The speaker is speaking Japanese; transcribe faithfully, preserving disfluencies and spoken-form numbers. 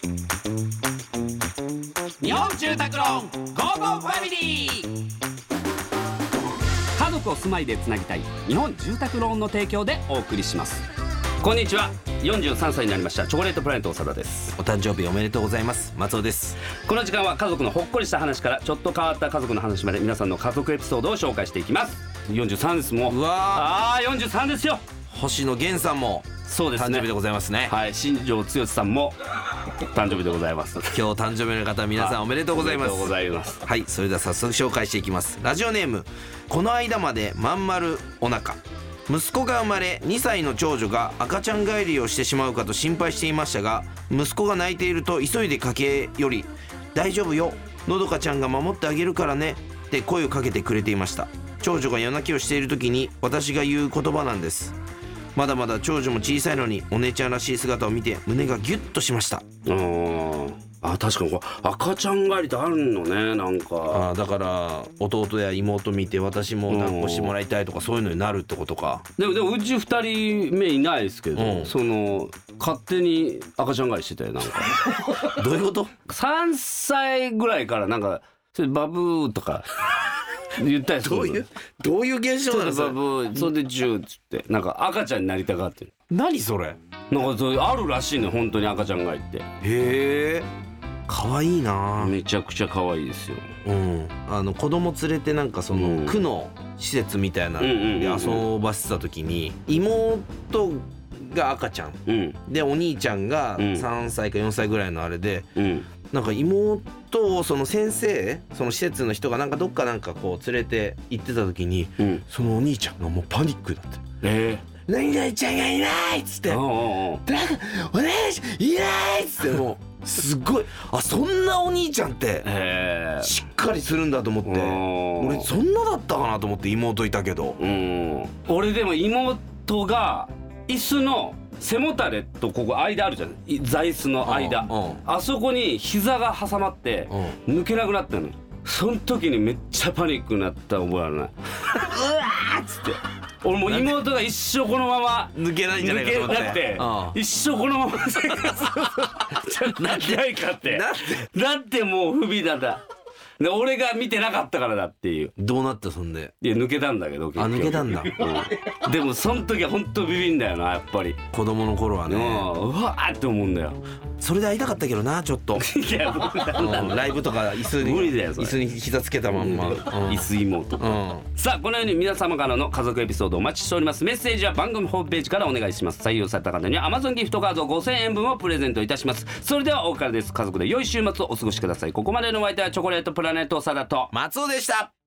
日本住宅ローンゴーゴーファミリー。家族を住まいでつなぎたい日本住宅ローンの提供でお送りします。こんにちは。よんじゅうさんさいになりましたチョコレートプラネット長田です。 お誕生日おめでとうございます。松尾です。 この時間は家族のほっこりした話からちょっと変わった家族の話まで皆さんの家族エピソードを紹介していきます。よんじゅうさんですもう。 うわあーよんじゅうさんですよ。 星野源さんもそうですね、 誕生日でございますね。 はい、新庄剛志さんも誕生日でございます。 今日誕生日の方皆さんおめでとうございます。 おめでとうございます。 はい、それでは早速紹介していきます。ラジオネームこの間までまん丸お腹。息子が生まれにさいの長女が赤ちゃん帰りをしてしまうかと心配していましたが、息子が泣いていると急いで駆け寄り、大丈夫よ、のどかちゃんが守ってあげるからねって声をかけてくれていました。長女が夜泣きをしている時に私が言う言葉なんです。まだまだ長女も小さいのにお姉ちゃんらしい姿を見て胸がギュッとしました。 ああ、確かにこう赤ちゃん帰りってあるのね。なんかあだから弟や妹見て私も抱っこしてもらいたいとかそういうのになるってことか。 でもでもうちふたりめいないですけど、 うん、 その勝手に赤ちゃん帰りしてたよ。なんかどういうこと？ さんさいぐらいからなんかそれバブーとか言ったりする。 どういうどういう現象なの？ バブーそれでジューっつってなんか赤ちゃんになりたがってる。 何それ？ なんかそういうあるらしいね、本当に赤ちゃん帰りって。 へえ、可愛いな。 めちゃくちゃ可愛いですよ。 うん、あの子供連れてなんかその区の施設みたいなで遊ばせてた時に妹が赤ちゃん、うん、でお兄ちゃんがさんさいかよんさいぐらいのあれで、うん、なんか妹をその先生その施設の人がなんかどっかなんかこう連れて行ってた時に、うん、そのお兄ちゃんがもうパニックだって。えー何々ちゃんがいないっつって「お願いしいない」っつってもうすっごいあそんなお兄ちゃんってしっかりするんだと思って俺そんなだったかなと思って妹いたけどうん俺でも妹が椅子の背もたれとここ間あるじゃん座椅子の間 あ, あそこに膝が挟まって抜けなくなったの。その時にめっちゃパニックになった覚えあるなうわーっつって俺もう妹が一生このまま抜けないんじゃないかと思って抜けなくて一生このまま生活をなんでないかってだってもう不備だだで俺が見てなかったからだっていう。 どうなったそんで？ いや抜けたんだけど結局。 あ抜けたんだ、 うん、でもその時は本当ビビんだよなやっぱり子供の頃はね。 うわーって思うんだよ。 それで会いたかったけどなちょっといやうんライブとか椅子に無理だよそれ。 椅子に膝つけたまんま、うん、 椅子妹、うん、さあこのように皆様からの家族エピソードお待ちしております。メッセージは番組ホームページからお願いします。採用された方には Amazon ギフトカードごせんえんぶんをプレゼントいたします。それではお別れです。家族で良い週末をお過ごしください。ここまでのお相手はチョコレートプラネット長田と松尾でした。